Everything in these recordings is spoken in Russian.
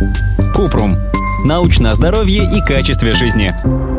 Купрум. Научное здоровье и качестве жизни.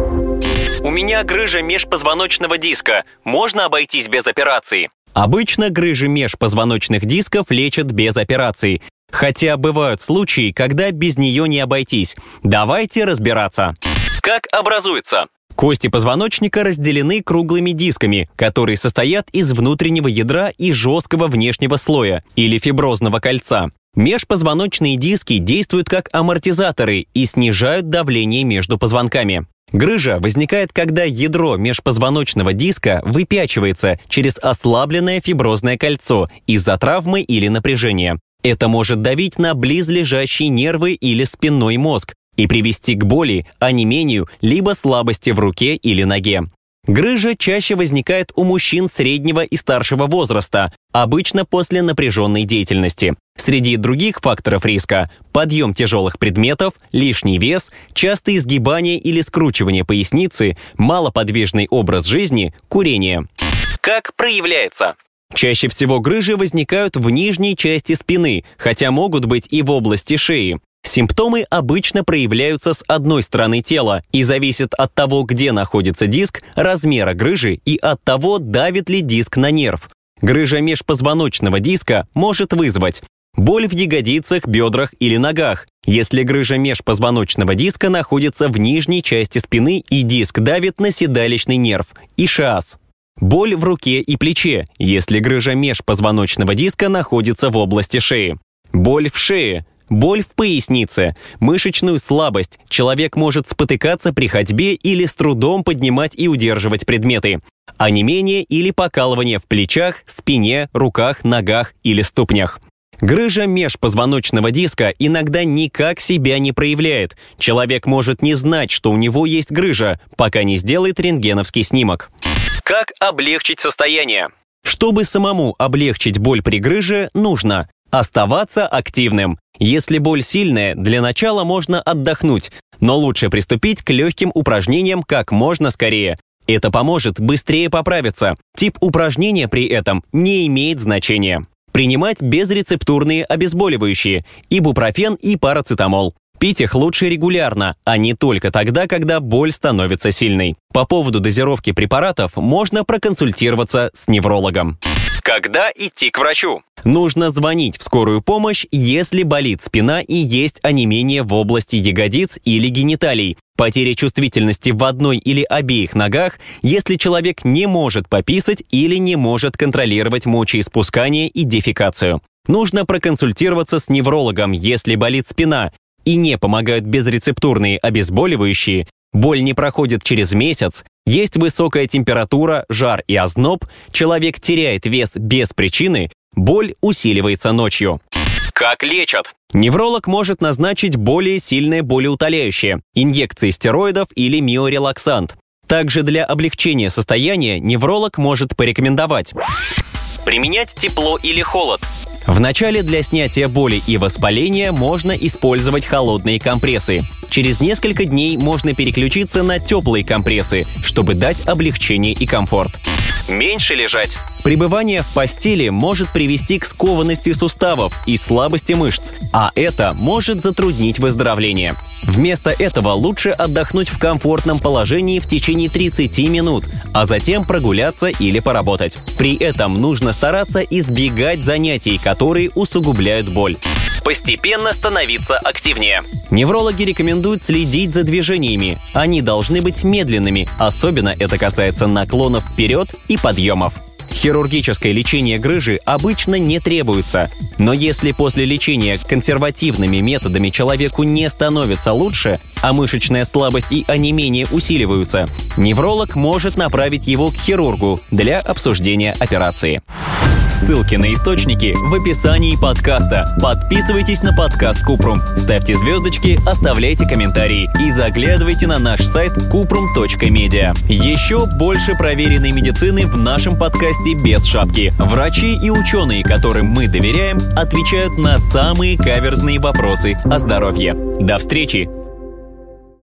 У меня грыжа межпозвоночного диска. Можно обойтись без операции? Обычно грыжи межпозвоночных дисков лечат без операций. Хотя бывают случаи, когда без нее не обойтись. Давайте разбираться. Как образуется? Кости позвоночника разделены круглыми дисками, которые состоят из внутреннего ядра и жесткого внешнего слоя, или фиброзного кольца. Межпозвоночные диски действуют как амортизаторы и снижают давление между позвонками. Грыжа возникает, когда ядро межпозвоночного диска выпячивается через ослабленное фиброзное кольцо из-за травмы или напряжения. Это может давить на близлежащие нервы или спинной мозг и привести к боли, онемению, либо слабости в руке или ноге. Грыжа чаще возникает у мужчин среднего и старшего возраста, обычно после напряженной деятельности. Среди других факторов риска – подъем тяжелых предметов, лишний вес, частые изгибания или скручивание поясницы, малоподвижный образ жизни, курение. Как проявляется? Чаще всего грыжи возникают в нижней части спины, хотя могут быть и в области шеи. Симптомы обычно проявляются с одной стороны тела и зависят от того, где находится диск, размера грыжи и от того, давит ли диск на нерв. Грыжа межпозвоночного диска может вызвать боль в ягодицах, бедрах или ногах, если грыжа межпозвоночного диска находится в нижней части спины и диск давит на седалищный нерв, ишиаз. Боль в руке и плече, если грыжа межпозвоночного диска находится в области шеи. Боль в шее. Боль в пояснице, мышечную слабость, человек может спотыкаться при ходьбе или с трудом поднимать и удерживать предметы. Онемение или покалывание в плечах, спине, руках, ногах или ступнях. Грыжа межпозвоночного диска иногда никак себя не проявляет. Человек может не знать, что у него есть грыжа, пока не сделает рентгеновский снимок. Как облегчить состояние? Чтобы самому облегчить боль при грыже, нужно оставаться активным. Если боль сильная, для начала можно отдохнуть, но лучше приступить к легким упражнениям как можно скорее. Это поможет быстрее поправиться. Тип упражнения при этом не имеет значения. Принимать безрецептурные обезболивающие, ибупрофен и парацетамол. Пить их лучше регулярно, а не только тогда, когда боль становится сильной. По поводу дозировки препаратов можно проконсультироваться с неврологом. Когда идти к врачу? Нужно звонить в скорую помощь, если болит спина и есть онемение в области ягодиц или гениталий, потеря чувствительности в одной или обеих ногах, если человек не может пописать или не может контролировать мочеиспускание и дефекацию. Нужно проконсультироваться с неврологом, если болит спина и не помогают безрецептурные обезболивающие, боль не проходит через месяц, есть высокая температура, жар и озноб, человек теряет вес без причины, боль усиливается ночью. Как лечат? Невролог может назначить более сильное болеутоляющее, инъекции стероидов или миорелаксант. Также для облегчения состояния невролог может порекомендовать применять тепло или холод. Вначале для снятия боли и воспаления можно использовать холодные компрессы. Через несколько дней можно переключиться на теплые компрессы, чтобы дать облегчение и комфорт. Меньше лежать. Пребывание в постели может привести к скованности суставов и слабости мышц, а это может затруднить выздоровление. Вместо этого лучше отдохнуть в комфортном положении в течение 30 минут, а затем прогуляться или поработать. При этом нужно стараться избегать занятий, которые усугубляют боль. Постепенно становиться активнее. Неврологи рекомендуют следить за движениями. Они должны быть медленными, особенно это касается наклонов вперед и подъемов. Хирургическое лечение грыжи обычно не требуется, но если после лечения консервативными методами человеку не становится лучше, а мышечная слабость и онемение усиливаются, невролог может направить его к хирургу для обсуждения операции. Ссылки на источники в описании подкаста. Подписывайтесь на подкаст Купрум, ставьте звездочки, оставляйте комментарии и заглядывайте на наш сайт kuprum.media. Еще больше проверенной медицины в нашем подкасте без шапки. Врачи и ученые, которым мы доверяем, отвечают на самые каверзные вопросы о здоровье. До встречи!